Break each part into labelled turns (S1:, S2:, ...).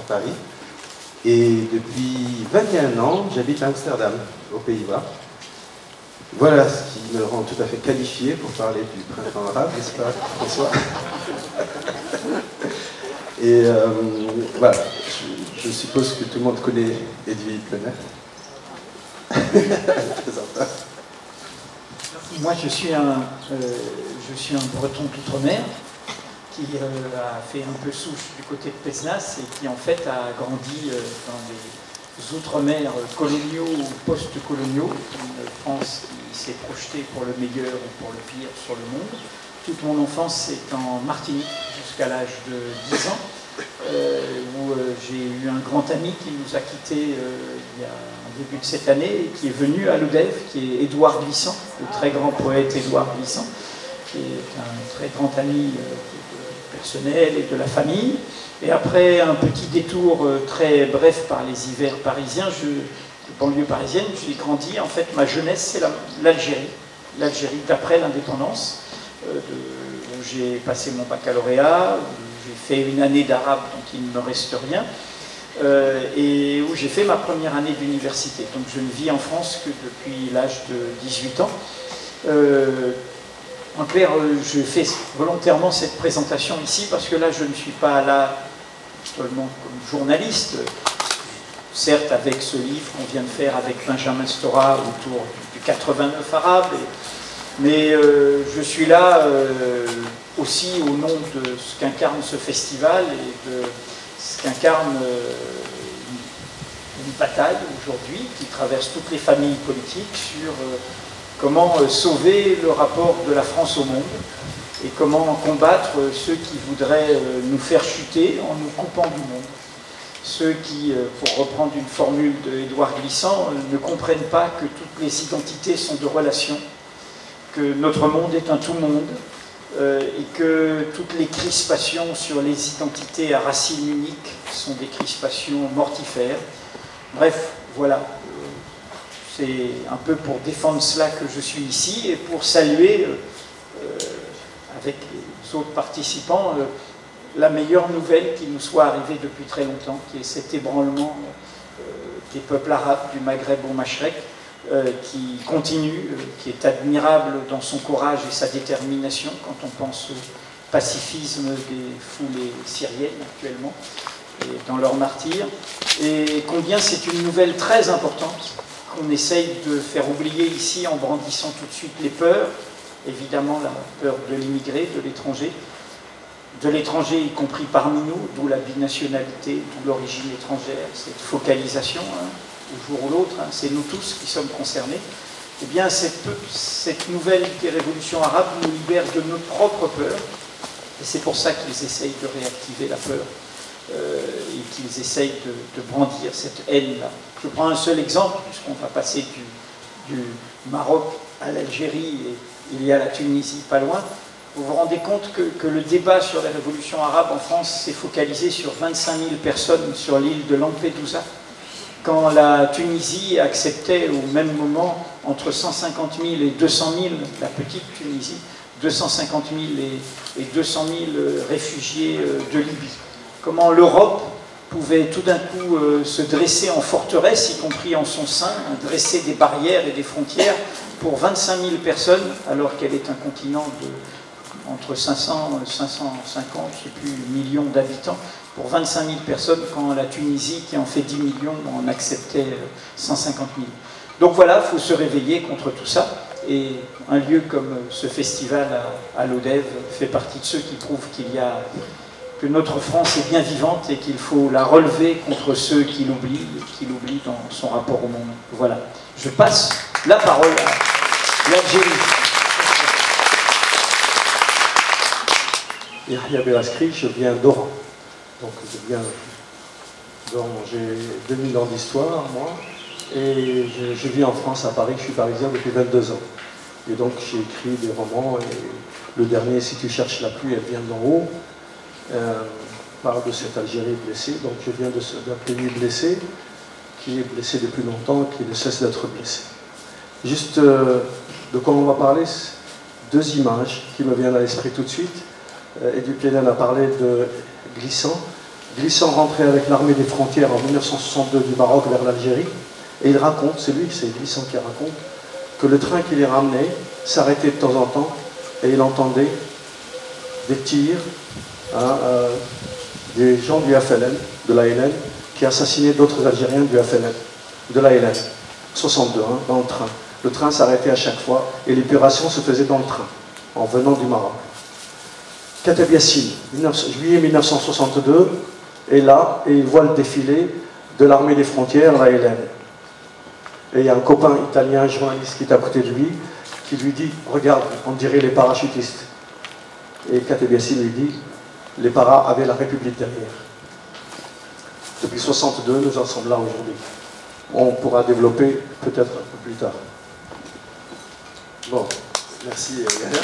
S1: Paris. Et depuis 21 ans, j'habite à Amsterdam, aux Pays-Bas. Voilà ce qui me rend tout à fait qualifié pour parler du printemps arabe, n'est-ce pas, François? Et voilà, je suppose que tout le monde connaît Edwy Plenel.
S2: Moi, je suis un breton d'outre-mer qui a fait un peu souche du côté de Pézenas et qui en fait a grandi dans les outre-mer coloniaux ou post-coloniaux, une France qui s'est projetée pour le meilleur ou pour le pire sur le monde. Toute mon enfance est en Martinique jusqu'à l'âge de 10 ans, où j'ai eu un grand ami qui nous a quittés il y a un début de cette année et qui est venu à l'Odève, qui est Édouard Glissant, le très grand poète Édouard Glissant, qui est un très grand ami personnel et de la famille. Et après un petit détour très bref par les hivers parisiens, banlieue parisienne, j'ai grandi, en fait, ma jeunesse, c'est l'Algérie d'après l'indépendance, où j'ai passé mon baccalauréat, où j'ai fait une année d'arabe, donc il ne me reste rien, et où j'ai fait ma première année d'université. Donc je ne vis en France que depuis l'âge de 18 ans. En clair, je fais volontairement cette présentation ici parce que là, je ne suis pas là seulement comme journaliste, certes avec ce livre qu'on vient de faire avec Benjamin Stora autour du 89 arabe, mais je suis là aussi au nom de ce qu'incarne ce festival et de ce qu'incarne une bataille aujourd'hui qui traverse toutes les familles politiques sur comment sauver le rapport de la France au monde et comment combattre ceux qui voudraient nous faire chuter en nous coupant du monde. Ceux qui, pour reprendre une formule d'Édouard Glissant, ne comprennent pas que toutes les identités sont de relations, que notre monde est un tout-monde, et que toutes les crispations sur les identités à racines uniques sont des crispations mortifères. Bref, voilà. C'est un peu pour défendre cela que je suis ici et pour saluer, avec les autres participants, la meilleure nouvelle qui nous soit arrivée depuis très longtemps, qui est cet ébranlement des peuples arabes du Maghreb au Machrek, qui continue, qui est admirable dans son courage et sa détermination quand on pense au pacifisme des foulées syriennes actuellement et dans leur martyre, et combien c'est une nouvelle très importante qu'on essaye de faire oublier ici en brandissant tout de suite les peurs, évidemment la peur de l'immigré, de l'étranger y compris parmi nous, d'où la binationalité, d'où l'origine étrangère, cette focalisation, au jour ou l'autre, c'est nous tous qui sommes concernés. Eh bien, cette nouvelle des révolutions arabes nous libère de nos propres peurs, et c'est pour ça qu'ils essayent de réactiver la peur, et qu'ils essayent de brandir cette haine-là. Je prends un seul exemple, puisqu'on va passer du Maroc à l'Algérie, et il y a la Tunisie pas loin. Vous vous rendez compte que le débat sur les révolutions arabes en France s'est focalisé sur 25 000 personnes sur l'île de Lampedusa, quand la Tunisie acceptait au même moment entre 150 000 et 200 000, la petite Tunisie, 250 000 et 200 000 réfugiés de Libye. Comment l'Europe pouvait tout d'un coup se dresser en forteresse, y compris en son sein, dresser des barrières et des frontières pour 25 000 personnes, alors qu'elle est un continent entre 500 et 550, je ne sais plus, millions d'habitants, pour 25 000 personnes, quand la Tunisie, qui en fait 10 millions, en acceptait 150 000. Donc voilà, il faut se réveiller contre tout ça, et un lieu comme ce festival à l'Odève fait partie de ceux qui prouvent que notre France est bien vivante et qu'il faut la relever contre ceux qui l'oublient dans son rapport au monde. Voilà. Je passe la parole à l'Algérie.
S1: Yahya Belaskri, je viens d'Oran. Donc j'ai 2000 ans d'histoire, moi, et je vis en France, à Paris, je suis parisien depuis 22 ans. Et donc j'ai écrit des romans, et le dernier, Si tu cherches la pluie, elle vient d'en haut, parle de cette Algérie blessée. Donc je viens d'un pays blessé, qui est blessé depuis longtemps et qui ne cesse d'être blessé. Juste de quoi on va parler, deux images qui me viennent à l'esprit tout de suite. Edwy Plenel a parlé de Glissant. glissant rentré avec l'armée des frontières en 1962 du Maroc vers l'Algérie. Et il raconte, c'est lui, c'est Glissant qui raconte, que le train qui les ramenait s'arrêtait de temps en temps et il entendait des tirs, des gens du FLN, de l'ALN, qui assassinaient d'autres Algériens du FLN, de l'ALN, 62, dans le train. Le train s'arrêtait à chaque fois et l'épuration se faisait dans le train, en venant du Maroc. Kateb Yassine, juillet 1962, est là et il voit le défilé de l'armée des frontières, l'ALN. Et il y a un copain italien, un journaliste qui est à côté de lui, qui lui dit « Regarde, on dirait les parachutistes ». Et Kateb Yassine lui dit « Les paras avaient la République derrière ». Depuis 62, nous en sommes là aujourd'hui. On pourra développer peut-être un peu plus tard.
S3: Bon, merci Yahya.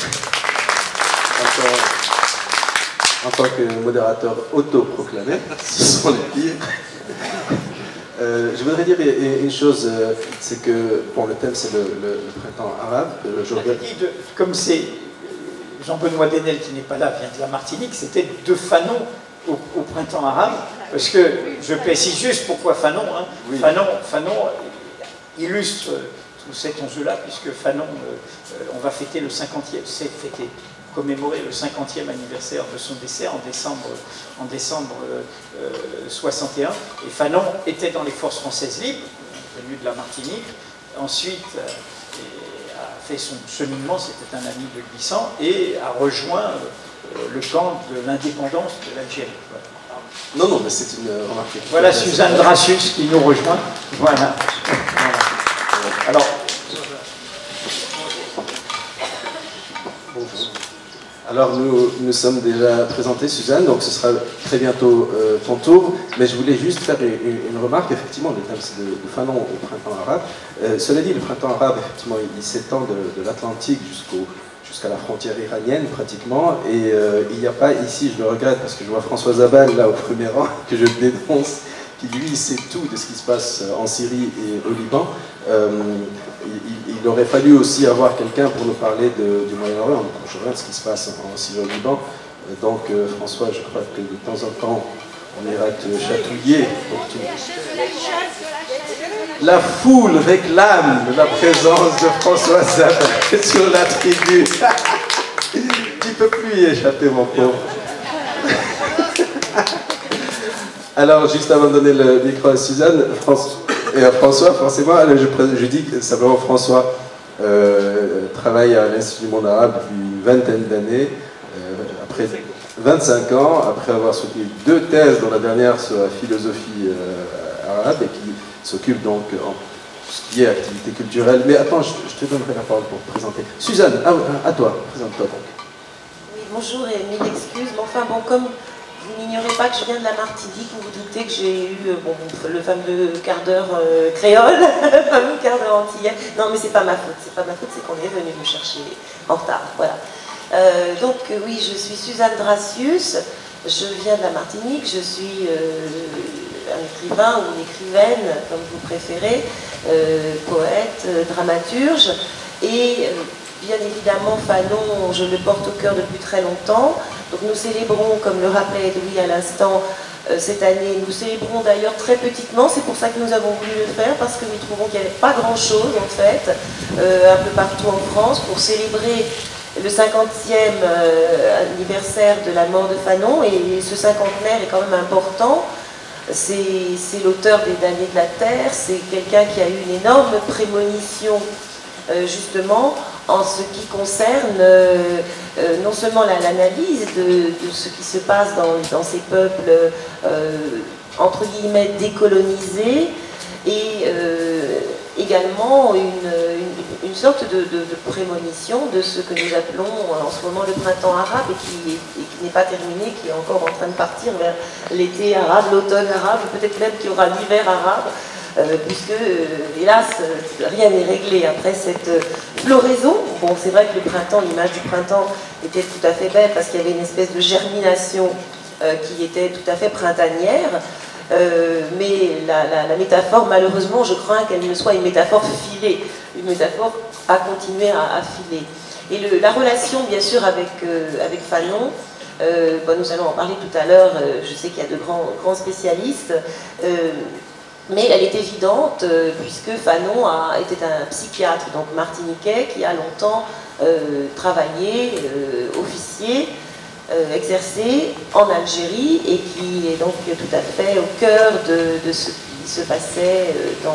S3: En tant que modérateur autoproclamé, ce sont les pires. Je voudrais dire une chose, c'est que, bon, le thème c'est le printemps arabe.
S2: Comme c'est Jean-Benoît Denel qui n'est pas là, vient de la Martinique, c'était de Fanon au printemps arabe, parce que je précise juste pourquoi Fanon. Oui. Fanon illustre tout cet enjeu-là, puisque Fanon, on va fêter le 50e, commémorer le 50e anniversaire de son décès en décembre 61. Et Fanon était dans les forces françaises libres, venu de la Martinique. Ensuite, a fait son cheminement, c'était un ami de Glissant, et a rejoint le camp de l'indépendance de l'Algérie.
S3: Voilà. Non, mais c'est une remarque.
S2: Voilà Suzanne Dracius qui nous rejoint. Voilà. Alors.
S3: Alors nous sommes déjà présentés, Suzanne, donc ce sera très bientôt ton tour, mais je voulais juste faire une remarque. Effectivement, le thème c'est de Fanon au printemps arabe. Cela dit, le printemps arabe, effectivement, il s'étend de l'Atlantique jusqu'à la frontière iranienne pratiquement, et il n'y a pas ici, je le regrette parce que je vois François Zabal là au premier rang, que je dénonce, qui lui sait tout de ce qui se passe en Syrie et au Liban. Il aurait fallu aussi avoir quelqu'un pour nous parler du Moyen-Orient. Je regarde ce qui se passe en Syrie et au Liban. Donc François, je crois que de temps en temps, on ira te chatouiller. La foule réclame la présence de François Zabal sur la tribune. Tu ne peux plus y échapper, mon pauvre. Alors, juste avant de donner le micro à Suzanne et à François, forcément, je dis que simplement François travaille à l'Institut du monde arabe depuis une vingtaine d'années, après 25 ans, après avoir soutenu 2 thèses, dont la dernière sur la philosophie arabe, et qui s'occupe donc en tout ce qui est activité culturelle. Mais attends, je te donnerai la parole pour te présenter. Suzanne, à toi, présente-toi donc.
S4: Oui, bonjour et mille excuses, mais enfin bon, comme vous n'ignorez pas que je viens de la Martinique, vous vous doutez que j'ai eu le fameux quart d'heure créole, le fameux quart d'heure antillais. Non, mais c'est pas ma faute, c'est qu'on est venu me chercher en retard, voilà. Oui, je suis Suzanne Dracius, je viens de la Martinique, je suis un écrivain ou une écrivaine, comme vous préférez, poète, dramaturge, et bien évidemment, Fanon, je le porte au cœur depuis très longtemps. Donc nous célébrons, comme le rappelait Edoui à l'instant, cette année, nous célébrons d'ailleurs très petitement, c'est pour ça que nous avons voulu le faire, parce que nous trouvons qu'il n'y avait pas grand-chose en fait, un peu partout en France, pour célébrer le 50e anniversaire de la mort de Fanon, et ce cinquantenaire est quand même important. C'est l'auteur des Damnés de la Terre, c'est quelqu'un qui a eu une énorme prémonition justement en ce qui concerne non seulement l'analyse de ce qui se passe dans ces peuples entre guillemets décolonisés, et également une sorte de prémonition de ce que nous appelons en ce moment le printemps arabe, et qui n'est pas terminé, qui est encore en train de partir vers l'été arabe, l'automne arabe, peut-être même qu'il y aura l'hiver arabe. Puisque, hélas, rien n'est réglé après cette floraison. Bon, c'est vrai que le printemps, l'image du printemps était tout à fait belle, parce qu'il y avait une espèce de germination qui était tout à fait printanière, mais la métaphore, malheureusement, je crains qu'elle ne soit une métaphore filée, une métaphore à continuer à filer. Et la relation, bien sûr, avec Fanon, Nous allons en parler tout à l'heure, je sais qu'il y a de grands spécialistes, mais elle est évidente puisque Fanon était un psychiatre donc martiniquais qui a longtemps travaillé, officié, exercé en Algérie et qui est donc tout à fait au cœur de ce qui se passait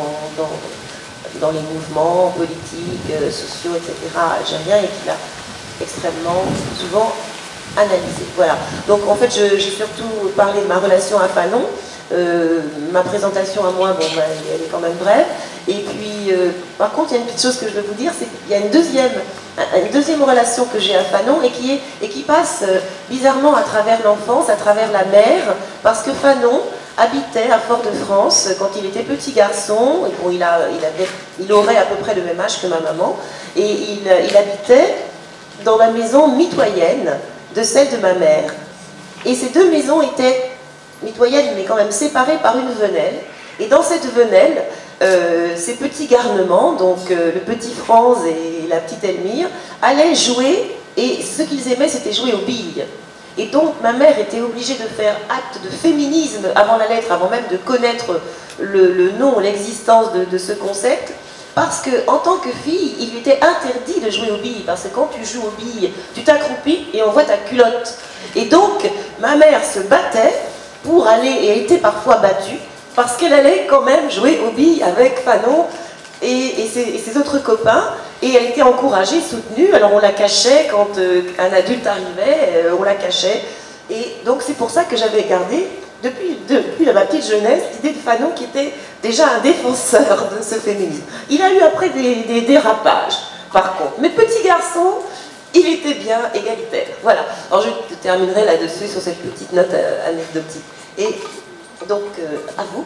S4: dans les mouvements politiques, sociaux, etc. algériens et qui l'a extrêmement souvent analysé. Voilà. Donc en fait, j'ai surtout parlé de ma relation à Fanon. Ma présentation à moi, elle est quand même brève. Et puis, par contre, il y a une petite chose que je veux vous dire, c'est qu'il y a une deuxième relation que j'ai à Fanon et qui passe bizarrement à travers l'enfance, à travers la mère, parce que Fanon habitait à Fort-de-France quand il était petit garçon. Et bon, il aurait à peu près le même âge que ma maman, et il habitait dans la maison mitoyenne de celle de ma mère. Et ces deux maisons étaient mitoyennes, mais quand même séparées par une venelle. Et dans cette venelle, ces petits garnements, donc le petit Franz et la petite Elmire, allaient jouer, et ce qu'ils aimaient, c'était jouer aux billes. Et donc ma mère était obligée de faire acte de féminisme avant la lettre, avant même de connaître le nom, l'existence de ce concept, parce qu'en tant que fille, il lui était interdit de jouer aux billes, parce que quand tu joues aux billes, tu t'accroupis et on voit ta culotte. Et donc ma mère se battait pour aller, et était parfois battue, parce qu'elle allait quand même jouer aux billes avec Fanon et ses autres copains, et elle était encouragée, soutenue. Alors on la cachait quand un adulte arrivait, on la cachait, et donc c'est pour ça que j'avais gardé depuis ma petite jeunesse l'idée de Fanon qui était déjà un défenseur de ce féminisme. Il a eu après des dérapages par contre, mais petit garçon, il était bien égalitaire. Voilà, alors je terminerai là-dessus sur cette petite note anecdotique. Et donc, à vous.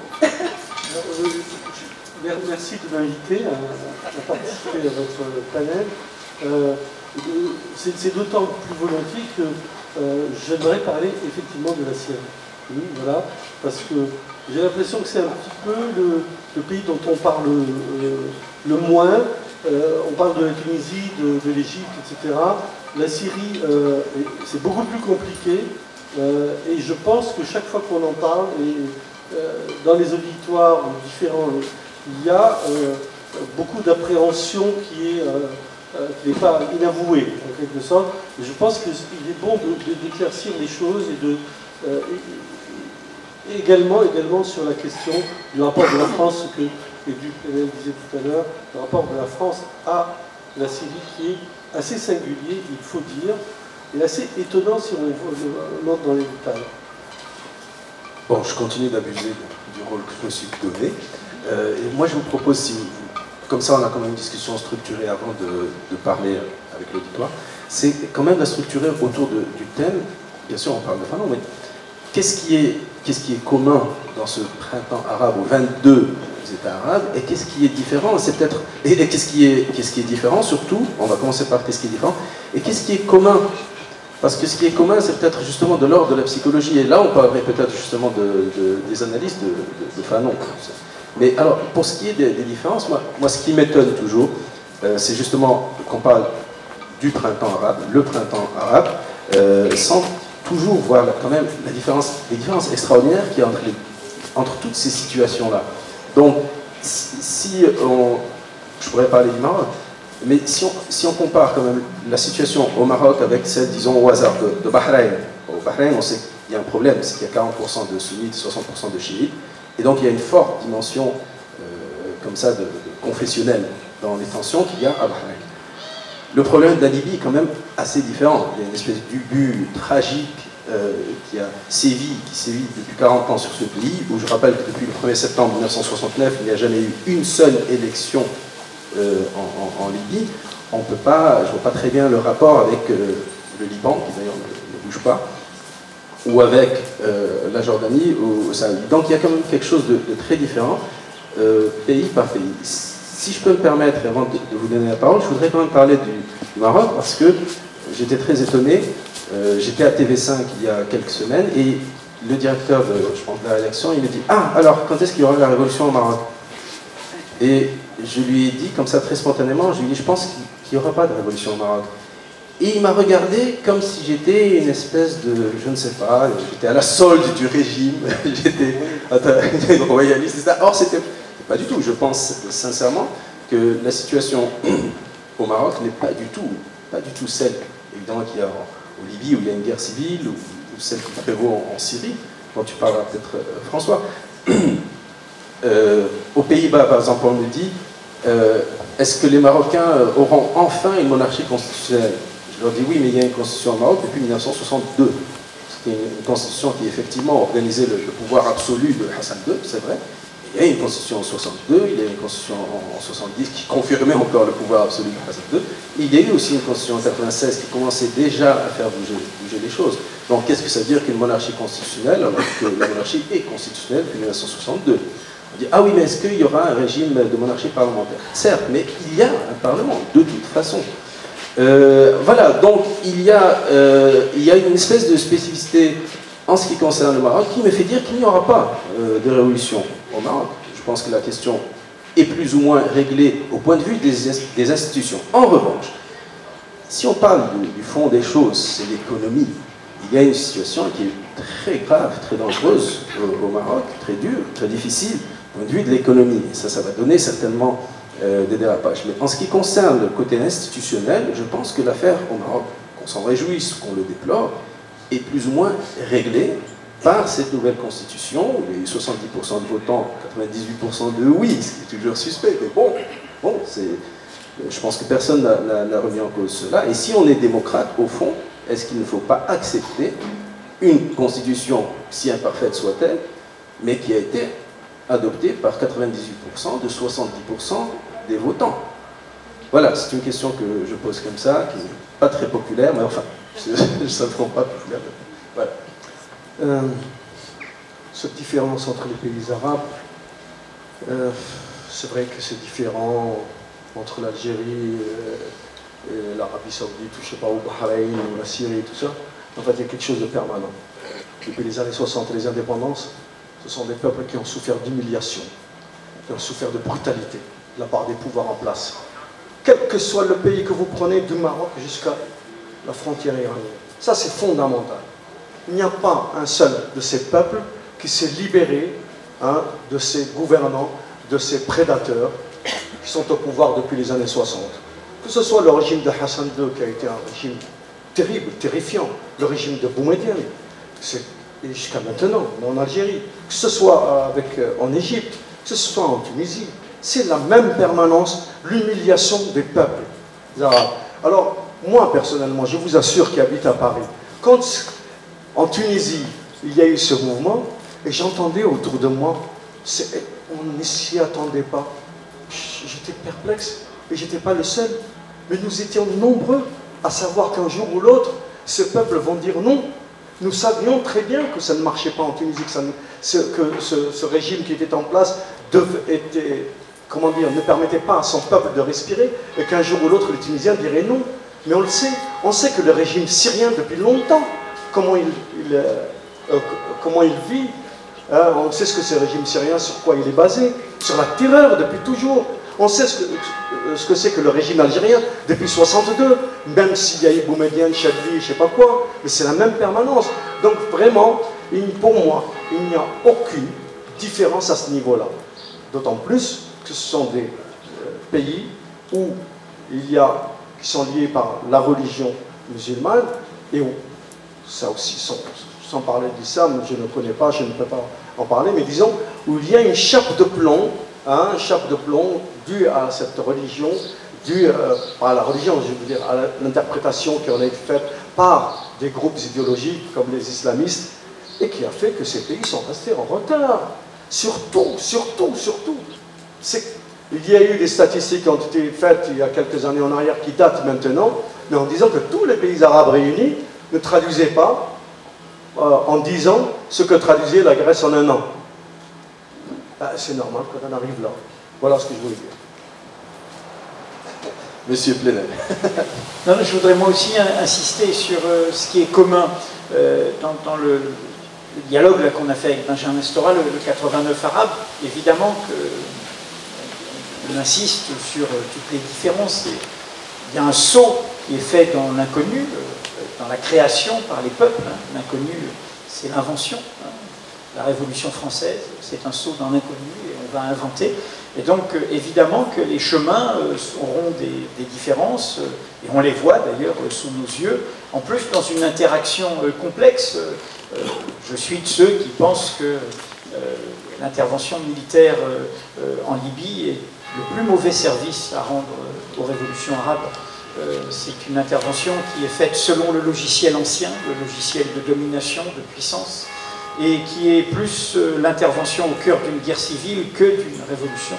S5: Merci de m'inviter à participer à votre panel. C'est d'autant plus volontiers que j'aimerais parler effectivement de la Syrie. Voilà, parce que j'ai l'impression que c'est un petit peu le pays dont on parle le moins. On parle de la Tunisie, de l'Égypte, etc. La Syrie, c'est beaucoup plus compliqué. Et je pense que chaque fois qu'on en parle, dans les auditoires différents, il y a beaucoup d'appréhension qui n'est pas inavouée, en quelque sorte. Et je pense qu'il est bon d'éclaircir les choses et également sur la question du rapport de la France, que Édu Plenel disait tout à l'heure, le rapport de la France à la Syrie qui est assez singulier, il faut dire, et assez étonnant si on entre dans les détails.
S3: Bon, je continue d'abuser du rôle que je me suis donné. Et moi, je vous propose, comme ça on a quand même une discussion structurée avant de parler avec l'auditoire, c'est quand même de structurer autour du thème. Bien sûr, on parle de Fanon, mais qu'est-ce qui est commun dans ce printemps arabe aux 22 États arabes, et qu'est-ce qui est différent? C'est peut-être qu'est-ce qui est différent surtout. On va commencer par qu'est-ce qui est différent et qu'est-ce qui est commun. Parce que ce qui est commun, c'est peut-être justement de l'ordre de la psychologie. Et là, on parlerait peut-être justement des analyses de Fanon. Mais alors, pour ce qui est des différences, moi, ce qui m'étonne toujours, c'est justement qu'on parle du printemps arabe, le printemps arabe, sans toujours voir quand même les différences extraordinaires qu'il y a entre toutes ces situations-là. Donc, je pourrais parler du Maroc, mais si on compare quand même la situation au Maroc avec celle, disons, au hasard de Bahreïn. Au Bahreïn, on sait qu'il y a un problème, c'est qu'il y a 40% de sunnites, 60% de chiites, et donc il y a une forte dimension comme ça de confessionnelle dans les tensions qu'il y a à Bahreïn. Le problème de la Libye est quand même assez différent. Il y a une espèce d'ubu tragique qui sévit depuis 40 ans sur ce pays, où je rappelle que depuis le 1er septembre 1969, il n'y a jamais eu une seule élection en Libye. Je ne vois pas très bien le rapport avec le Liban, qui d'ailleurs ne bouge pas, ou avec la Jordanie, ou ça. Donc il y a quand même quelque chose de très différent, pays par pays. Si je peux me permettre, avant de vous donner la parole, je voudrais quand même parler du Maroc, parce que j'étais très étonné. J'étais à TV5 il y a quelques semaines, et le directeur de la rédaction, il me dit « Ah, alors, quand est-ce qu'il y aura la révolution au Maroc ?» Et je lui ai dit, comme ça, très spontanément, je lui ai dit « Je pense qu'il n'y aura pas de révolution au Maroc. » Et il m'a regardé comme si j'étais une espèce de, je ne sais pas, j'étais à la solde du régime, j'étais royaliste, etc. Or, c'était pas du tout. Je pense sincèrement que la situation au Maroc n'est pas du tout celle, évidemment, qu'il y a en Libye, où il y a une guerre civile, ou celle qui prévaut en Syrie, dont tu parleras peut-être, François. Aux Pays-Bas, par exemple, on me dit, est-ce que les Marocains auront enfin une monarchie constitutionnelle? Je leur dis oui, mais il y a une constitution au Maroc depuis 1962. C'était une constitution qui effectivement organisait le pouvoir absolu de Hassan II, c'est vrai. Il y a une constitution en 62, il y a une constitution en 70 qui confirmait encore le pouvoir absolu de Hassan II. Et il y a eu aussi une constitution en 96 qui commençait déjà à faire bouger les choses. Donc qu'est-ce que ça veut dire qu'une monarchie constitutionnelle, alors que la monarchie est constitutionnelle depuis 1962? On dit, ah oui, mais est-ce qu'il y aura un régime de monarchie parlementaire? Certes, mais il y a un parlement, de toute façon. Voilà, donc il y a une espèce de spécificité en ce qui concerne le Maroc qui me fait dire qu'il n'y aura pas de révolution au Maroc. Je pense que la question est plus ou moins réglée au point de vue des institutions. En revanche, si on parle du fond des choses, c'est l'économie. Il y a une situation qui est très grave, très dangereuse au Maroc, très dure, très difficile, au point de vue de l'économie. Et ça va donner certainement des dérapages. Mais en ce qui concerne le côté institutionnel, je pense que l'affaire au Maroc, qu'on s'en réjouisse, qu'on le déplore, est plus ou moins réglée par cette nouvelle constitution. Il y a eu 70% de votants, 98% de oui, ce qui est toujours suspect. Mais bon, je pense que personne n'a remis en cause cela. Et si on est démocrate, au fond, est-ce qu'il ne faut pas accepter une constitution, si imparfaite soit-elle, mais qui a été adoptée par 98% de 70% des votants? Voilà, c'est une question que je pose comme ça, qui n'est pas très populaire, mais enfin, ça ne rend pas populaire. Voilà.
S1: Cette différence entre les pays arabes, c'est vrai que c'est différent entre l'Algérie et l'Arabie Saoudite, ou je sais pas, ou Bahreïn, ou la Syrie, tout ça. En fait, il y a quelque chose de permanent. Depuis les années 60 et les indépendances, ce sont des peuples qui ont souffert d'humiliation, qui ont souffert de brutalité de la part des pouvoirs en place. Quel que soit le pays que vous prenez, du Maroc jusqu'à la frontière iranienne. Ça, c'est fondamental. Il n'y a pas un seul de ces peuples qui s'est libéré de ces gouvernants, de ces prédateurs qui sont au pouvoir depuis les années 60. Que ce soit le régime de Hassan II, qui a été un régime terrible, terrifiant, le régime de Boumediene, et jusqu'à maintenant, en Algérie, que ce soit en Égypte, que ce soit en Tunisie, c'est la même permanence, l'humiliation des peuples arabes. Alors, moi, personnellement, je vous assure qui habite à Paris, quand en Tunisie, il y a eu ce mouvement, et j'entendais autour de moi, on ne s'y attendait pas. J'étais perplexe, et je n'étais pas le seul. Mais nous étions nombreux à savoir qu'un jour ou l'autre, ces peuples vont dire non. Nous savions très bien que ça ne marchait pas en Tunisie, que ce régime qui était en place ne permettait pas à son peuple de respirer, et qu'un jour ou l'autre, les Tunisiens diraient non. Mais on le sait. On sait que le régime syrien, depuis longtemps, comment il vit. On sait ce que c'est le régime syrien, sur quoi il est basé, sur la terreur depuis toujours. On sait ce que c'est que le régime algérien depuis 62, même s'il y a eu Boumediene, Chadli, je ne sais pas quoi, mais c'est la même permanence. Donc vraiment, pour moi, il n'y a aucune différence à ce niveau-là. D'autant plus que ce sont des pays où qui sont liés par la religion musulmane et où, ça aussi, sans parler de l'islam, je ne connais pas, je ne peux pas en parler, mais disons, où il y a une chape de plomb, due à cette religion, due à la religion, je veux dire, à l'interprétation qui en a été faite par des groupes idéologiques comme les islamistes, et qui a fait que ces pays sont restés en retard. Surtout. Il y a eu des statistiques qui ont été faites il y a quelques années en arrière, qui datent maintenant, mais en disant que tous les pays arabes réunis ne traduisaient pas en 10 ans ce que traduisait la Grèce en 1 an. C'est normal qu'on en arrive là. Voilà ce que je voulais dire.
S3: Monsieur Plenel.
S2: Non, je voudrais moi aussi insister sur ce qui est commun dans le dialogue qu'on a fait avec Benjamin Stora, le 89 arabe. Évidemment qu'on insiste sur toutes les différences il y a un saut qui est fait dans l'inconnu, dans la création par les peuples. L'inconnu, c'est l'invention. La Révolution française, c'est un saut dans l'inconnu et on va inventer. Et donc, évidemment que les chemins auront des différences, et on les voit d'ailleurs sous nos yeux, en plus dans une interaction complexe. Je suis de ceux qui pensent que l'intervention militaire en Libye est le plus mauvais service à rendre aux révolutions arabes. C'est une intervention qui est faite selon le logiciel ancien, le logiciel de domination, de puissance, et qui est plus l'intervention au cœur d'une guerre civile que d'une révolution.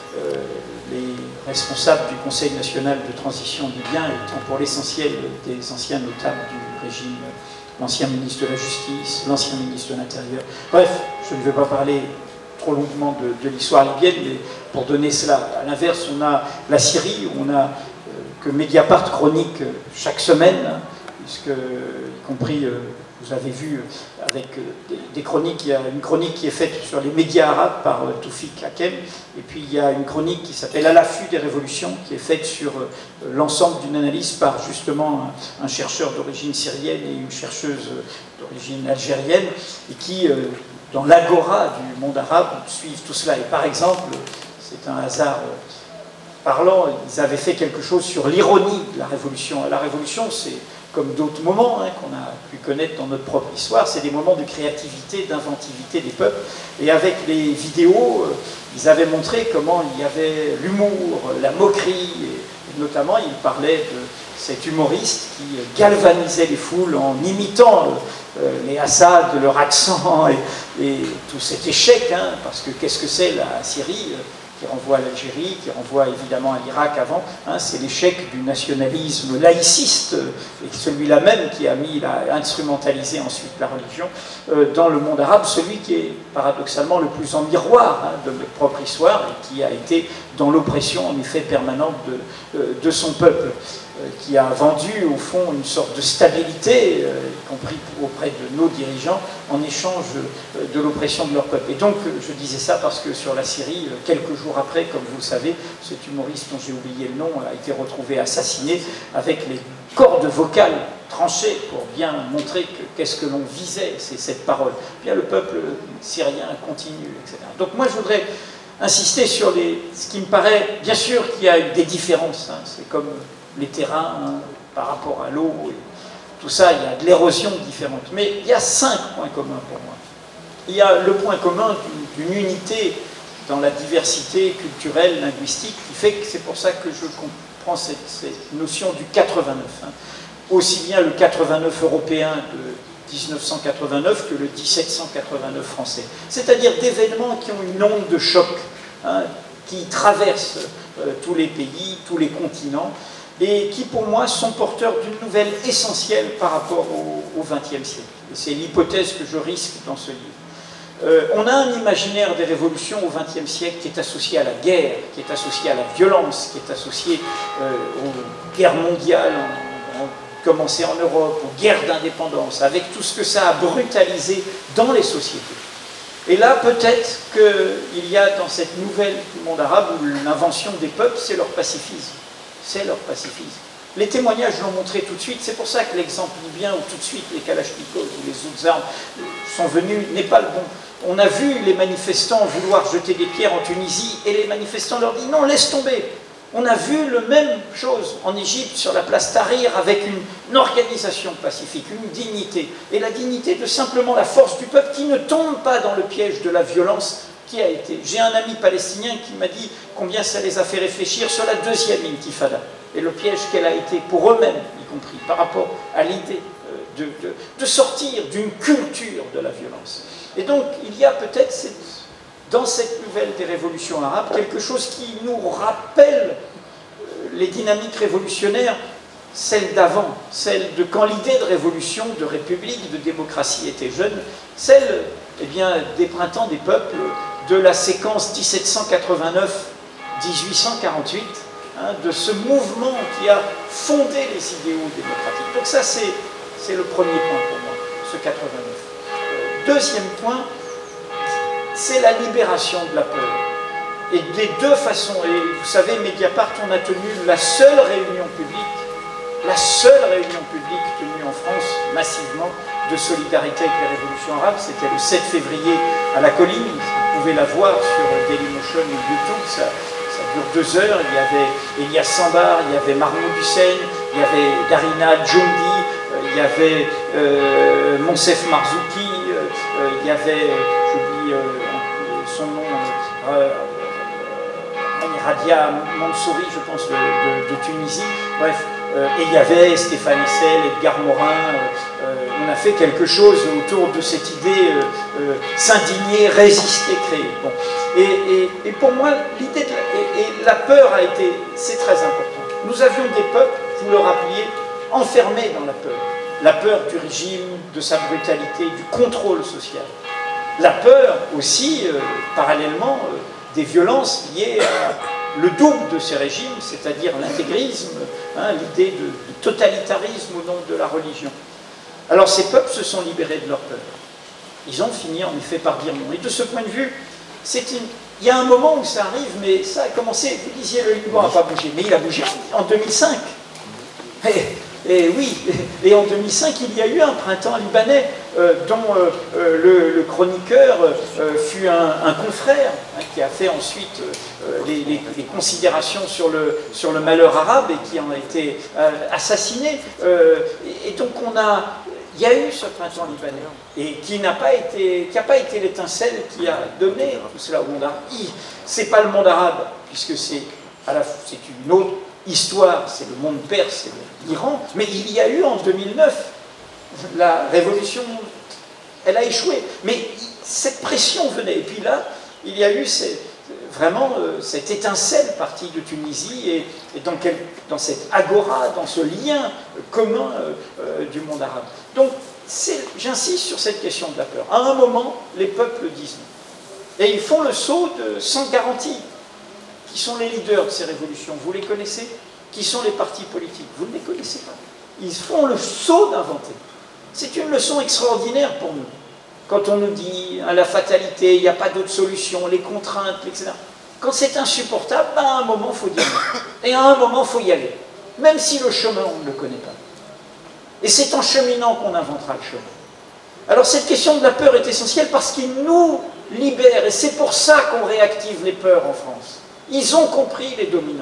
S2: Les responsables du Conseil national de transition libyen étant pour l'essentiel des anciens notables du régime, l'ancien ministre de la Justice, l'ancien ministre de l'Intérieur. Bref, je ne vais pas parler trop longuement de l'histoire libyenne, mais pour donner cela, à l'inverse, on a la Syrie, on a que Mediapart chronique chaque semaine, puisque, y compris, vous avez vu, avec des chroniques, il y a une chronique qui est faite sur les médias arabes par Toufik Hakem, et puis il y a une chronique qui s'appelle « À l'affût des révolutions », qui est faite sur l'ensemble d'une analyse par justement un chercheur d'origine syrienne et une chercheuse d'origine algérienne, et qui, dans l'agora du monde arabe, suivent tout cela. Et par exemple, c'est un hasard parlant, ils avaient fait quelque chose sur l'ironie de la révolution. La révolution, c'est comme d'autres moments qu'on a pu connaître dans notre propre histoire, c'est des moments de créativité, d'inventivité des peuples. Et avec les vidéos, ils avaient montré comment il y avait l'humour, la moquerie, et notamment ils parlaient de cet humoriste qui galvanisait les foules en imitant les Assad, leur accent et tout cet échec, parce que qu'est-ce que c'est la Syrie qui renvoie à l'Algérie, qui renvoie évidemment à l'Irak avant, c'est l'échec du nationalisme laïciste, et celui-là même qui a instrumentalisé ensuite la religion dans le monde arabe, celui qui est paradoxalement le plus en miroir de notre propre histoire, et qui a été dans l'oppression en effet permanente de son peuple, qui a vendu au fond une sorte de stabilité, y compris auprès de nos dirigeants, en échange de l'oppression de leur peuple. Et donc, je disais ça parce que sur la Syrie, quelques jours après, comme vous le savez, cet humoriste dont j'ai oublié le nom a été retrouvé assassiné avec les cordes vocales tranchées pour bien montrer qu'est-ce que l'on visait, c'est cette parole. Bien, le peuple syrien continue, etc. Donc moi, je voudrais insister sur ce qui me paraît, bien sûr qu'il y a des différences, c'est comme les terrains par rapport à l'eau, et tout ça, il y a de l'érosion différente. Mais il y a 5 points communs pour moi. Il y a le point commun d'une unité dans la diversité culturelle, linguistique, qui fait que c'est pour ça que je comprends cette notion du 89. Aussi bien le 89 européen de 1989 que le 1789 français. C'est-à-dire d'événements qui ont une onde de choc, qui traversent tous les pays, tous les continents, et qui, pour moi, sont porteurs d'une nouvelle essentielle par rapport au XXe siècle. Et c'est l'hypothèse que je risque dans ce livre. On a un imaginaire des révolutions au XXe siècle qui est associé à la guerre, qui est associé à la violence, qui est associé aux guerres mondiales, commencées en Europe, aux guerres d'indépendance, avec tout ce que ça a brutalisé dans les sociétés. Et là, peut-être qu'il y a dans cette nouvelle du monde arabe où l'invention des peuples, c'est leur pacifisme. C'est leur pacifisme. Les témoignages l'ont montré tout de suite, c'est pour ça que l'exemple libyen où tout de suite les kalachnikovs ou les autres armes sont venus n'est pas le bon. On a vu les manifestants vouloir jeter des pierres en Tunisie et les manifestants leur disent non, laisse tomber. On a vu la même chose en Égypte sur la place Tahrir avec une organisation pacifique, une dignité. Et la dignité de simplement la force du peuple qui ne tombe pas dans le piège de la violence qui a été. J'ai un ami palestinien qui m'a dit combien ça les a fait réfléchir sur la deuxième intifada et le piège qu'elle a été pour eux-mêmes, y compris, par rapport à l'idée de sortir d'une culture de la violence. Et donc, il y a peut-être dans cette nouvelle des révolutions arabes quelque chose qui nous rappelle les dynamiques révolutionnaires, celles d'avant, celles de quand l'idée de révolution, de république, de démocratie était jeune, celle des printemps des peuples, de la séquence 1789-1848, de ce mouvement qui a fondé les idéaux démocratiques. Donc ça, c'est le premier point pour moi, ce 89. Deuxième point, c'est la libération de la peur. Et des deux façons, et vous savez, Mediapart, on a tenu la seule réunion publique tenue en France, massivement, de solidarité avec les révolutions arabes, c'était le 7 février à la Colline. Vous pouvez la voir sur Dailymotion ou YouTube, ça dure 2 heures. Il y avait Elias Sambar, il y avait Mahmoud Hussein, il y avait Darina Djoundi, il y avait Monsef Marzouki, il y avait, j'oublie son nom, Radia Mansouri, je pense, de Tunisie. Bref, et il y avait Stéphane Hessel, Edgar Morin. On a fait quelque chose autour de cette idée s'indigner, résister, créer. Bon. Et pour moi, l'idée de la peur c'est très important. Nous avions des peuples, vous le rappeliez, enfermés dans la peur. La peur du régime, de sa brutalité, du contrôle social. La peur aussi, parallèlement, des violences liées à le double de ces régimes, c'est-à-dire l'intégrisme, l'idée de totalitarisme au nom de la religion. Alors ces peuples se sont libérés de leur peur. Ils ont fini en effet par dire non. Et de ce point de vue, il y a un moment où ça arrive, mais ça a commencé, vous disiez le Liban n'a pas bougé, mais il a bougé en 2005. Et oui, et en 2005, il y a eu un printemps libanais dont le chroniqueur fut un confrère qui a fait ensuite les considérations sur le malheur arabe et qui en a été assassiné. Et donc il y a eu ce printemps libanais et qui n'a pas été l'étincelle qui a donné tout cela au monde arabe. C'est pas le monde arabe, puisque c'est une autre histoire, c'est le monde perse, c'est l'Iran, mais il y a eu en 2009, la révolution, elle a échoué, mais cette pression venait, et puis là, il y a eu vraiment cette étincelle partie de Tunisie, et dans cette agora, dans ce lien commun du monde arabe. Donc, j'insiste sur cette question de la peur. À un moment, les peuples disent non. Et ils font le saut sans garantie. Qui sont les leaders de ces révolutions? Vous les connaissez? Qui sont les partis politiques? Vous ne les connaissez pas. Ils font le saut d'inventer. C'est une leçon extraordinaire pour nous. Quand on nous dit la fatalité, il n'y a pas d'autre solution, les contraintes, etc. Quand c'est insupportable, à un moment, il faut dire non. Et à un moment, il faut y aller. Même si le chemin, on ne le connaît pas. Et c'est en cheminant qu'on inventera le chemin. Alors cette question de la peur est essentielle parce qu'il nous libère. Et c'est pour ça qu'on réactive les peurs en France. Ils ont compris les dominants.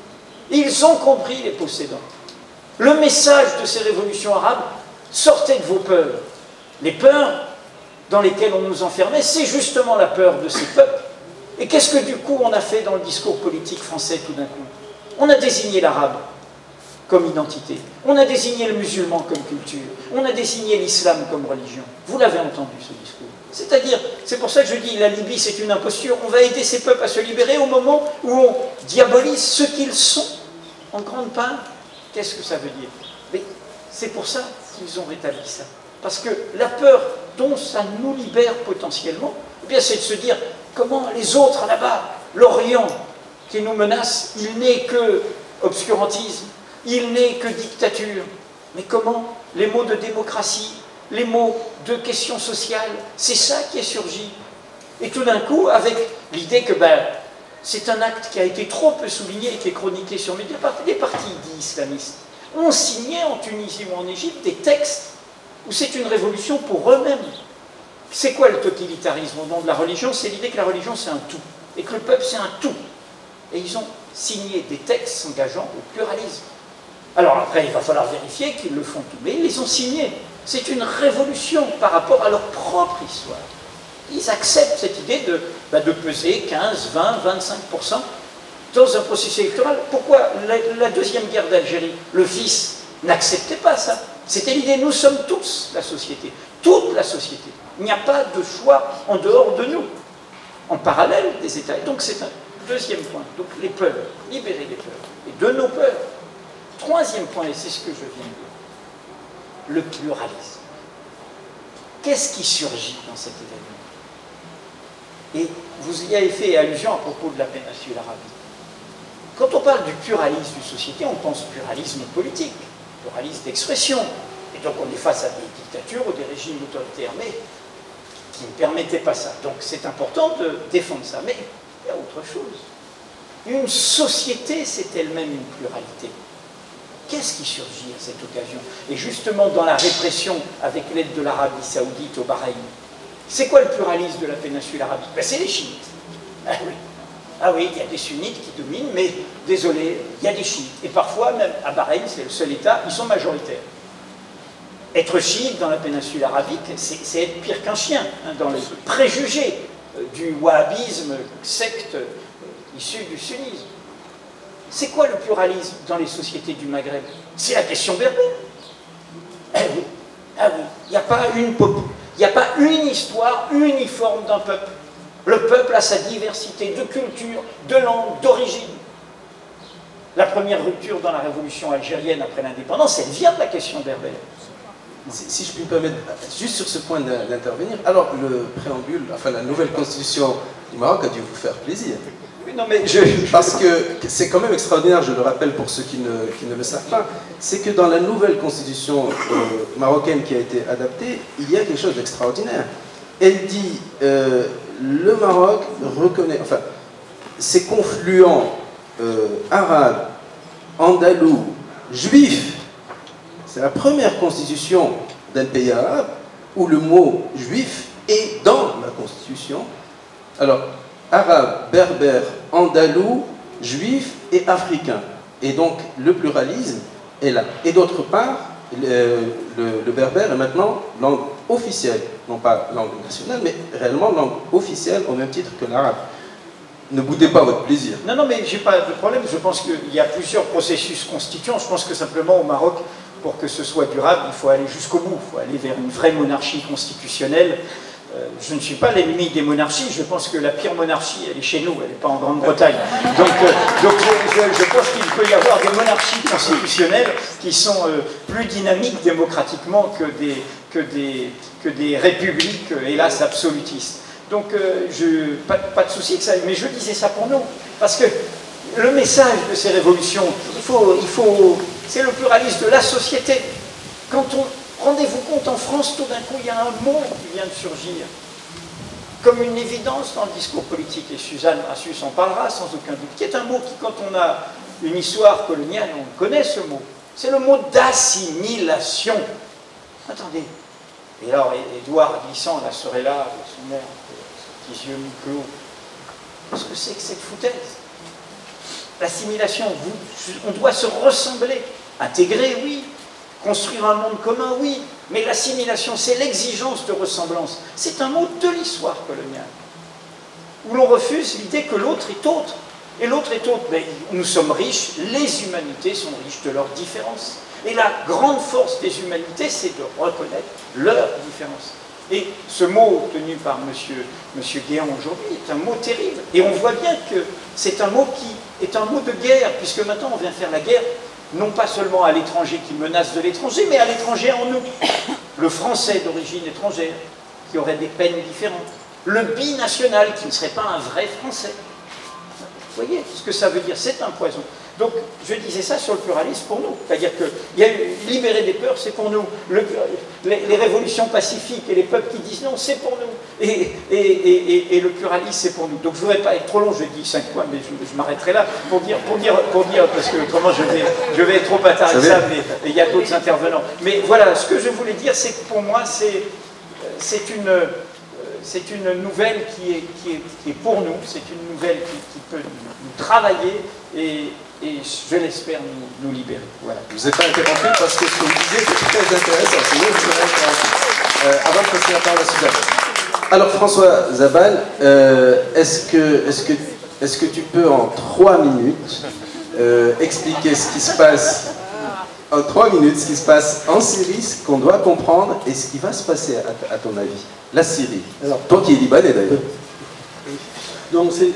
S2: Ils ont compris les possédants. Le message de ces révolutions arabes, sortez de vos peurs. Les peurs dans lesquelles on nous enfermait, c'est justement la peur de ces peuples. Et qu'est-ce que du coup on a fait dans le discours politique français tout d'un coup? On a désigné l'arabe comme identité. On a désigné le musulman comme culture. On a désigné l'islam comme religion. Vous l'avez entendu ce discours. C'est-à-dire, c'est pour ça que je dis, la Libye c'est une imposture, on va aider ces peuples à se libérer au moment où on diabolise ce qu'ils sont, en grande part. Qu'est-ce que ça veut dire? Mais c'est pour ça qu'ils ont rétabli ça. Parce que la peur dont ça nous libère potentiellement, eh bien c'est de se dire, comment les autres là-bas, l'Orient qui nous menace, il n'est que obscurantisme, il n'est que dictature. Mais comment les mots de démocratie, les mots de questions sociales, c'est ça qui est surgi. Et tout d'un coup, avec l'idée que c'est un acte qui a été trop peu souligné et qui est chroniqué sur Mediapart, les partis dits islamistes ont signé en Tunisie ou en Égypte des textes où c'est une révolution pour eux-mêmes. C'est quoi le totalitarisme au nom de la religion? C'est l'idée que la religion c'est un tout, et que le peuple c'est un tout. Et ils ont signé des textes s'engageant au pluralisme. Alors après, il va falloir vérifier qu'ils le font tout, mais ils les ont signés. C'est une révolution par rapport à leur propre histoire. Ils acceptent cette idée de peser 15, 20, 25% dans un processus électoral. Pourquoi la deuxième guerre d'Algérie, le fils n'acceptait pas ça? C'était l'idée, nous sommes tous la société, toute la société. Il n'y a pas de choix en dehors de nous, en parallèle des États. Et donc c'est un deuxième point. Donc les peurs, libérer les peurs, et de nos peurs. Troisième point, et c'est ce que je viens de dire. Le pluralisme. Qu'est-ce qui surgit dans cet événement? Et vous y avez fait allusion à propos de la péninsule arabique. Quand on parle du pluralisme d'une société, on pense pluralisme politique, pluralisme d'expression. Et donc on est face à des dictatures ou des régimes autoritaires, mais qui ne permettaient pas ça. Donc c'est important de défendre ça. Mais il y a autre chose. Une société, c'est elle-même une pluralité. Qu'est-ce qui surgit à cette occasion? Et justement, dans la répression avec l'aide de l'Arabie Saoudite au Bahreïn, c'est quoi le pluralisme de la péninsule arabique? Ben, c'est les chiites. Ah oui. Ah oui, il y a des sunnites qui dominent, mais désolé, il y a des chiites. Et parfois, même à Bahreïn, c'est le seul État, ils sont majoritaires. Être chiite dans la péninsule arabique, c'est être pire qu'un chien, hein, dans les préjugés du wahhabisme, secte issue du sunnisme. C'est quoi le pluralisme dans les sociétés du Maghreb? C'est la question berbère. Ah oui, ah oui, il n'y a pas une histoire uniforme d'un peuple. Le peuple a sa diversité de culture, de langue, d'origine. La première rupture dans la révolution algérienne après l'indépendance, elle vient de la question berbère.
S3: Si je puis me permettre, juste sur ce point d'intervenir, alors le préambule, enfin la nouvelle constitution du Maroc a dû vous faire plaisir.
S2: Oui, non, mais
S3: parce que c'est quand même extraordinaire, je le rappelle pour ceux qui ne le savent pas, c'est que dans la nouvelle constitution marocaine qui a été adaptée, il y a quelque chose d'extraordinaire. Elle dit, le Maroc reconnaît, enfin, ces confluents arabes, andalous, juifs. C'est la première constitution d'un pays arabe où le mot juif est dans la constitution. Alors, arabe, berbère, andalou, juif et africain. Et donc, le pluralisme est là. Et d'autre part, le berbère est maintenant langue officielle. Non pas langue nationale, mais réellement langue officielle au même titre que l'arabe. Ne boudez pas votre plaisir.
S2: Non, non, mais j'ai pas de problème. Je pense qu'il y a plusieurs processus constituants. Je pense que simplement au Maroc, pour que ce soit durable, il faut aller jusqu'au bout. Il faut aller vers une vraie monarchie constitutionnelle. Je ne suis pas l'ennemi des monarchies. Je pense que la pire monarchie, elle est chez nous. Elle n'est pas en Grande-Bretagne. Donc je pense qu'il peut y avoir des monarchies constitutionnelles qui sont plus dynamiques démocratiquement que des républiques, hélas, absolutistes. Donc, pas de souci que ça. Mais je disais ça pour nous. Parce que le message de ces révolutions, c'est le pluralisme de la société. Quand rendez-vous compte, en France, tout d'un coup, il y a un mot qui vient de surgir. Comme une évidence dans le discours politique. Et Suzanne Rassus en parlera sans aucun doute. Qui est un mot qui, quand on a une histoire coloniale, on connaît ce mot. C'est le mot d'assimilation. Attendez. Et alors, Édouard glissant, là, serait là, avec son air, ses petits yeux mi-clos. Qu'est-ce que c'est que cette foutaise? L'assimilation, on doit se ressembler. Intégrer, oui. Construire un monde commun, oui. Mais l'assimilation, c'est l'exigence de ressemblance. C'est un mot de l'histoire coloniale. Où l'on refuse l'idée que l'autre est autre. Et l'autre est autre. Mais nous sommes riches, les humanités sont riches de leurs différences. Et la grande force des humanités, c'est de reconnaître leurs différences. Et ce mot tenu par M. Guéant aujourd'hui est un mot terrible. Et on voit bien que c'est un mot qui est un mot de guerre, puisque maintenant on vient faire la guerre, non pas seulement à l'étranger qui menace de l'étranger, mais à l'étranger en nous. Le français d'origine étrangère, qui aurait des peines différentes. Le binational, qui ne serait pas un vrai français. Vous voyez ce que ça veut dire? C'est un poison. Donc, je disais ça sur le pluralisme pour nous. C'est-à-dire que libérer des peurs, c'est pour nous. Les révolutions pacifiques et les peuples qui disent non, c'est pour nous. Et le pluralisme, c'est pour nous. Donc, je ne voudrais pas être trop long, je dis 5 points, mais je m'arrêterai là pour dire, parce que autrement, je vais être trop intarissable et il y a d'autres intervenants. Mais voilà, ce que je voulais dire, c'est que pour moi, c'est une nouvelle qui est pour nous, c'est une nouvelle qui peut nous travailler et je l'espère nous libérer. Voilà.
S3: Je ne vous ai pas interrompu parce que ce que vous disiez c'est très intéressant. Avant de passer la parole à Suzanne. Alors François Zabal, est-ce que tu peux en 3 minutes expliquer ce qui se passe en 3 minutes, ce qui se passe en Syrie, ce qu'on doit comprendre et ce qui va se passer à ton avis? La Syrie. Alors, toi qui es libanais d'ailleurs.
S5: Donc